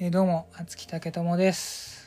どうも、あつきたけともです。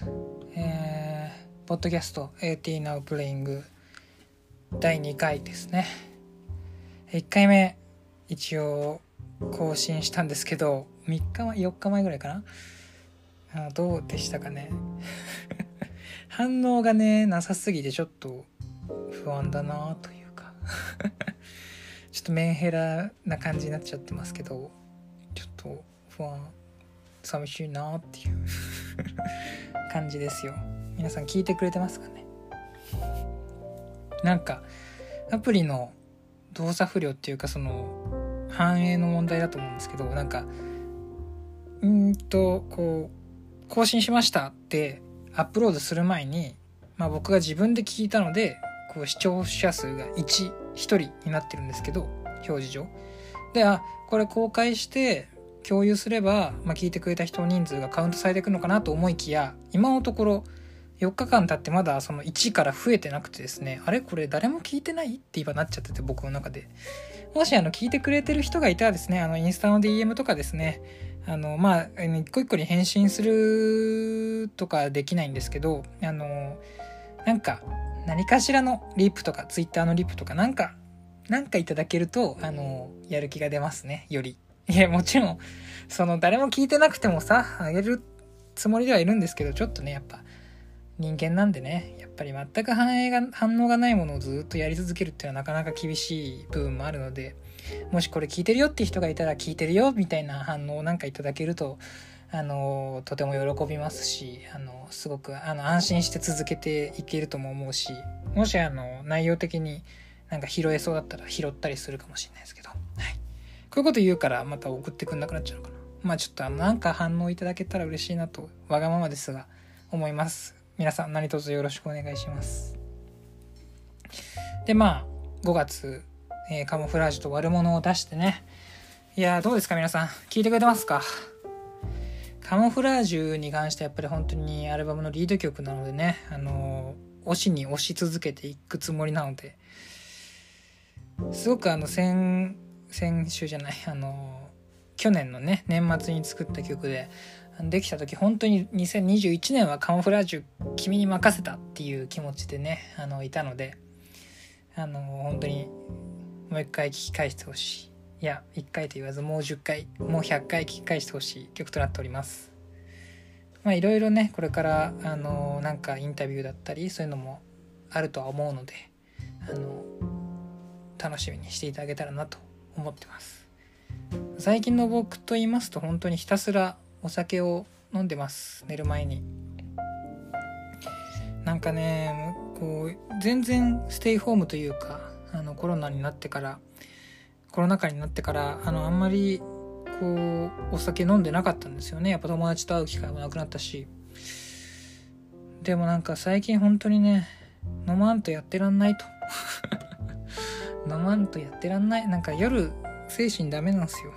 ポッドキャスト AT Now Playing 第2回ですね。1回目一応更新したんですけど、4日前ぐらいかな。どうでしたかね。反応がねなさすぎてちょっと不安だなというかちょっとメンヘラな感じになっちゃってますけど、ちょっと不安、寂しいなっていう感じですよ。皆さん聞いてくれてますかね。なんかアプリの動作不良っていうか、その反映の問題だと思うんですけど、なんかこう更新しましたってアップロードする前に、僕が自分で聞いたのでこう視聴者数が1人になってるんですけど、表示上でこれ公開して共有すれば、聞いてくれた人の人数がカウントされていくのかなと思いきや、今のところ4日間経ってまだその1から増えてなくてですね、これ誰も聞いてないって今なっちゃってて、僕の中で。もし聞いてくれてる人がいたらですね、インスタの DM とかですね、一個一個に返信するとかできないんですけど、なんか何かしらのリプとか Twitter のリプとかなんかいただけるとやる気が出ますね、より。いや、もちろんその誰も聞いてなくてもあげるつもりではいるんですけど、ちょっとねやっぱ人間なんでね、やっぱり全く反応がないものをずっとやり続けるっていうのはなかなか厳しい部分もあるので、もしこれ聞いてるよって人がいたら、聞いてるよみたいな反応をなんかいただけるととても喜びますし、すごく安心して続けていけるとも思うし、もし内容的になんか拾えそうだったら拾ったりするかもしれないですけど、こういうこと言うからまた送ってくんなくなっちゃうのかな。ちょっとなんか反応いただけたら嬉しいなと、わがままですが思います。皆さん何卒よろしくお願いします。で5月、カモフラージュと悪者を出してね。いやどうですか皆さん、聞いてくれてますか。カモフラージュに関してやっぱり本当にアルバムのリード曲なのでね、推しに推し続けていくつもりなので、すごく先週じゃない去年のね年末に作った曲で、できた時本当に2021年はカモフラージュ君に任せたっていう気持ちでねいたので、本当にもう一回聴き返してほしい。いや1回と言わずもう10回もう100回聴き返してほしい曲となっております。いろいろねこれからなんかインタビューだったりそういうのもあるとは思うので、楽しみにしていただけたらなと思ってます。最近の僕と言いますと、本当にひたすらお酒を飲んでます、寝る前に。なんかねこう全然ステイホームというかコロナ禍になってからあんまりこうお酒飲んでなかったんですよね。やっぱ友達と会う機会もなくなったし。でもなんか最近本当にね飲まんとやってらんないと飲まんとやってらんない。なんか夜精神ダメなんですよ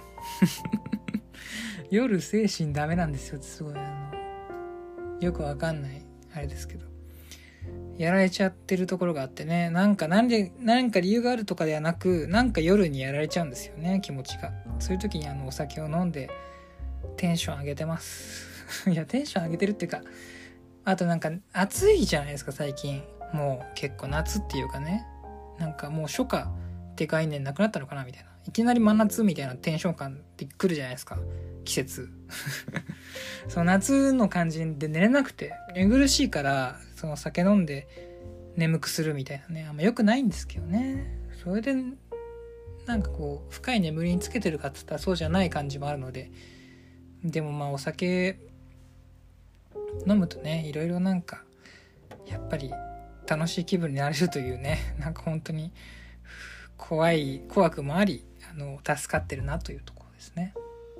夜精神ダメなんですよ。すごいよくわかんないあれですけど、やられちゃってるところがあってね、なんか理由があるとかではなく、なんか夜にやられちゃうんですよね、気持ちが。そういう時にお酒を飲んでテンション上げてますいやテンション上げてるっていうか、あとなんか暑いじゃないですか最近。もう結構夏っていうかね、なんかもう初夏って概念なくなったのかなみたいな、いきなり真夏みたいなテンション感ってくるじゃないですか、季節その夏の感じで寝れなくて寝苦しいから、その酒飲んで眠くするみたいなね、あんま良くないんですけどね。それでなんかこう深い眠りにつけてるかっつったらそうじゃない感じもあるので、でもお酒飲むとね、いろいろなんかやっぱり楽しい気分になれるというね、なんか本当に怖くもあり助かってるなというところですね。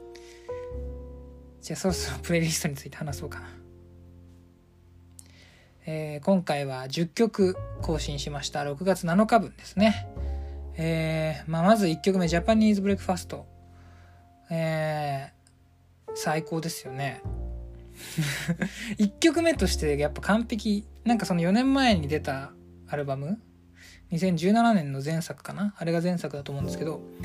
じゃあそろそろプレイリストについて話そうかな。今回は10曲更新しました。6月7日分ですね。まず1曲目、ジャパニーズブレックファスト。最高ですよね1曲目としてやっぱ完璧。なんかその4年前に出たアルバム、2017年の前作かな、あれが前作だと思うんですけど、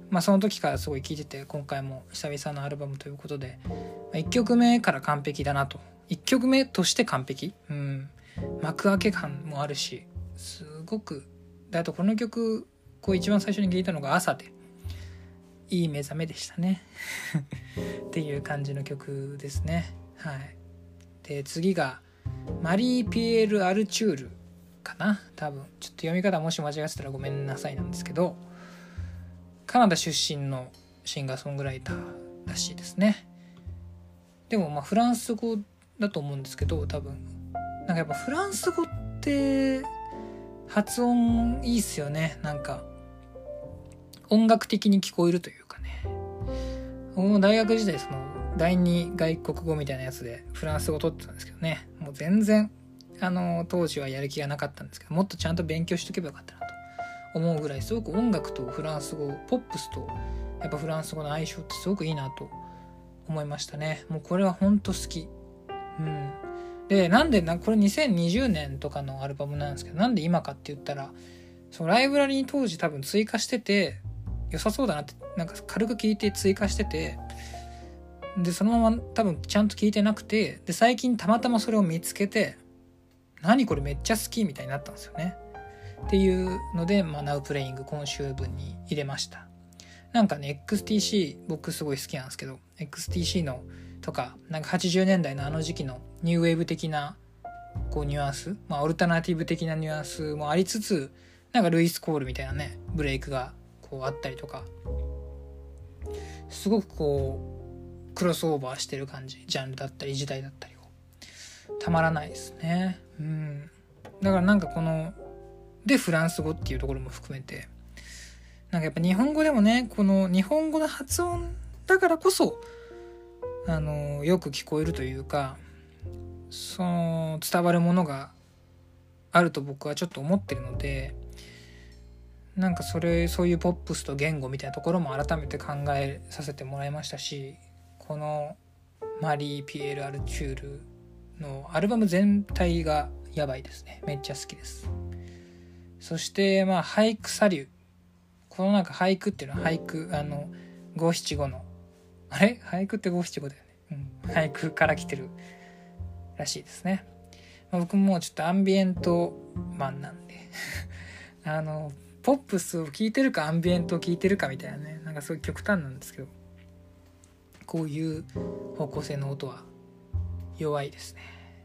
その時からすごい聴いてて、今回も久々のアルバムということで、1曲目から完璧だなと。1曲目として完璧、幕開け感もあるし、すごくで、あとこの曲一番最初に聴いたのが朝で、いい目覚めでしたねっていう感じの曲ですね。はい。で、次がマリー・ピエール・アルチュールかな、多分ちょっと読み方もし間違ってたらごめんなさいなんですけど、カナダ出身のシンガーソングライターらしいですね。でもフランス語だと思うんですけど、多分なんかやっぱフランス語って発音いいっすよね。なんか音楽的に聞こえるというかね。僕も大学時代その第二外国語みたいなやつでフランス語取ってたんですけどね、もう全然当時はやる気がなかったんですけど、もっとちゃんと勉強しとけばよかったなと思うぐらい、すごく音楽とフランス語、ポップスとやっぱフランス語の相性ってすごくいいなと思いましたね。もうこれはほんと好き。で、なんでこれ2020年とかのアルバムなんですけど、なんで今かって言ったら、そのライブラリに当時多分追加してて良さそうだなって、なんか軽く聞いて追加してて、でそのまま多分ちゃんと聞いてなくて、で最近たまたまそれを見つけて、何これめっちゃ好きみたいになったんですよね。っていうので、Now Playing 今週分に入れました。なんかね、XTC 僕すごい好きなんですけど、 XTC のとか、なんか80年代のあの時期のニューウェーブ的なニュアンス、オルタナティブ的なニュアンスもありつつ、なんかルイス・コールみたいなねブレイクがあったりとか、すごくクロスオーバーしてる感じ、ジャンルだったり時代だったりをたまらないですね。だからなんかでフランス語っていうところも含めて、なんかやっぱ日本語でもね、この日本語の発音だからこそよく聞こえるというか、その伝わるものがあると僕はちょっと思ってるので、なんかそういうポップスと言語みたいなところも改めて考えさせてもらいましたし、このマリー・ピエール・アルチュールのアルバム全体がやばいですね。めっちゃ好きです。そして俳句サリュー、このなんか俳句っていうのは俳句五七五の俳句って五七五だよね、俳句から来てるらしいですね。僕もちょっとアンビエントマンなんでポップスを聴いてるかアンビエントを聴いてるかみたいなね、なんかそういう極端なんですけど、こういう方向性の音は弱いですね。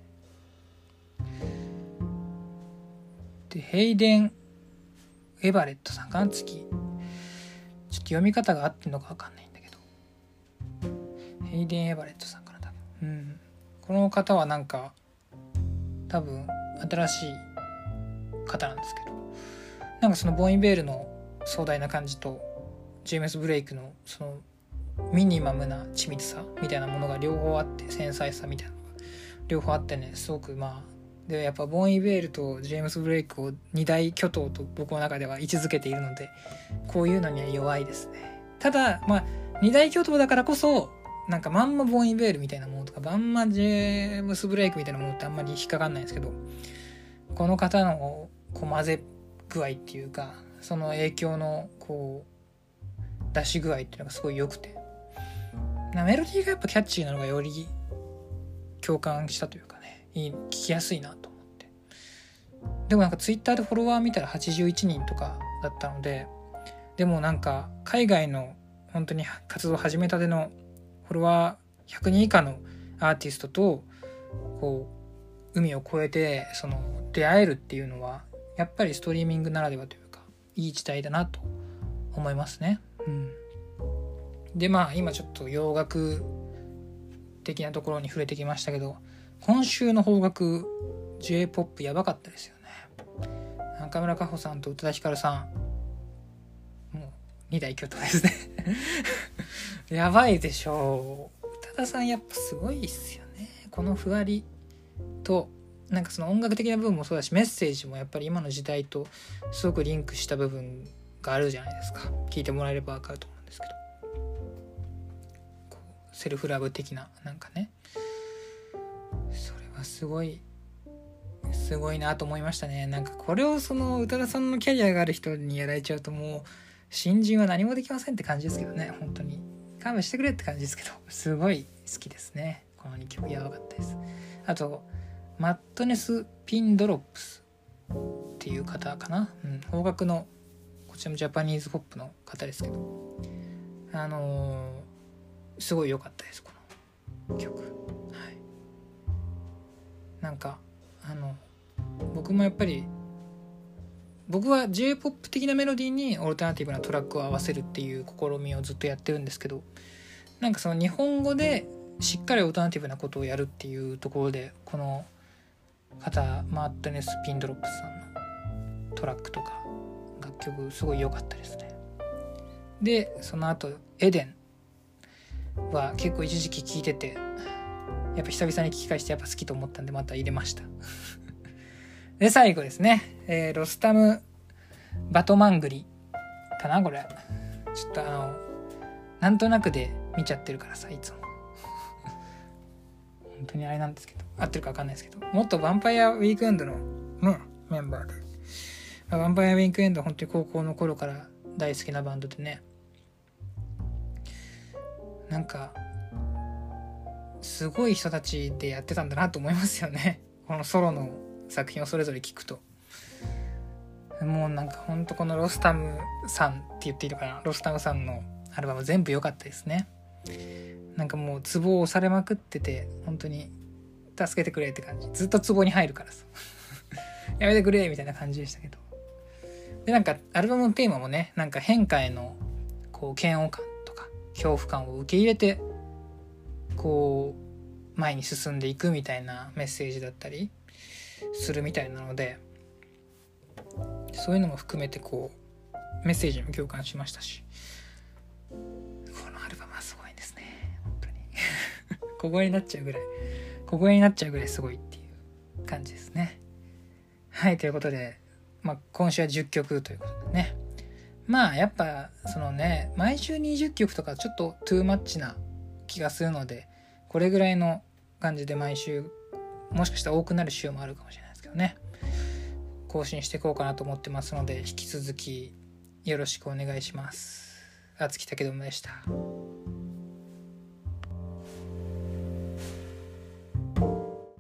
で、ヘイデン・エバレットさんかな、次ちょっと読み方が合ってるのか分かんないんだけど、ヘイデン・エバレットさんかな多分。この方はなんか多分新しい方なんですけど、なんかそのボン・イベールの壮大な感じとジェームス・ブレイクのそのミニマムな緻密さみたいなものが両方あって、繊細さみたいなのが両方あってね、すごくでやっぱボン・イベールとジェームス・ブレイクを二大巨頭と僕の中では位置づけているので、こういうのには弱いですね。ただ二大巨頭だからこそ、なんかまんまボン・イベールみたいなものとかまんまジェームス・ブレイクみたいなものってあんまり引っかかんないんですけど、この方の混ぜ具合っていうか、その影響の出し具合っていうのがすごい良くて、メロディーがやっぱキャッチーなのがより共感したというかね、聞きやすいなと思って。でもなんかツイッターでフォロワー見たら81人とかだったので、でもなんか海外の本当に活動始めたてのフォロワー100人以下のアーティストと海を越えて出会えるっていうのはやっぱりストリーミングならではというか、いい時代だなと思いますね。で今ちょっと洋楽的なところに触れてきましたけど、今週の邦楽 J-POP やばかったですよね。中村佳穂さんと宇多田ヒカルさん、もう二大巨頭ですねやばいでしょう。宇多田さんやっぱすごいっすよね。このふわりとなんかその音楽的な部分もそうだし、メッセージもやっぱり今の時代とすごくリンクした部分があるじゃないですか。聞いてもらえれば分かると思うんですけど、セルフラブ的ななんかね、それはすごいなと思いましたね。なんかこれをその宇多田さんのキャリアがある人にやられちゃうともう新人は何もできませんって感じですけどね。本当に勘弁してくれって感じですけど、すごい好きですね。この2曲やばかったです。あとマッドネス・ピンドロップスっていう方かな、邦楽のこちらもジャパニーズポップの方ですけど、すごい良かったですこの曲。はい、なんか僕もやっぱり僕は J-POP 的なメロディーにオルタナティブなトラックを合わせるっていう試みをずっとやってるんですけど、なんかその日本語でしっかりオルタナティブなことをやるっていうところで、この方マッドネス・ピンドロップスさんのトラックとか楽曲すごい良かったですね。でその後エデンは結構一時期聴いてて、やっぱ久々に聴き返してやっぱ好きと思ったんでまた入れましたで最後ですね、ロスタム・バトマングリかな、これちょっとなんとなくで見ちゃってるからさ、いつも本当にあれなんですけど、合ってるか分かんないですけど、元ヴァンパイアウィークエンドの、ね、メンバーで、ヴァンパイアウィークエンドは本当に高校の頃から大好きなバンドでね、なんかすごい人たちでやってたんだなと思いますよね。このソロの作品をそれぞれ聞くと、もうなんかほんとこのロスタムさんって言っていいのかな、ロスタムさんのアルバム全部良かったですね。なんかもうツボを押されまくってて、本当に助けてくれって感じ、ずっとツボに入るからさやめてくれみたいな感じでしたけど、でなんかアルバムのテーマもね、なんか変化へのこう嫌悪感とか恐怖感を受け入れてこう前に進んでいくみたいなメッセージだったりするみたいなので、そういうのも含めてこうメッセージにも共感しましたし、このアルバムはすごいですね本当に小声になっちゃうぐらいすごいっていう感じですね。はい、ということで、今週は10曲ということでね、やっぱそのね毎週20曲とかちょっとトゥーマッチな気がするので、これぐらいの感じで毎週もしかしたら多くなる週もあるかもしれないですけどね、更新していこうかなと思ってますので、引き続きよろしくお願いします。あつきたけどもでした。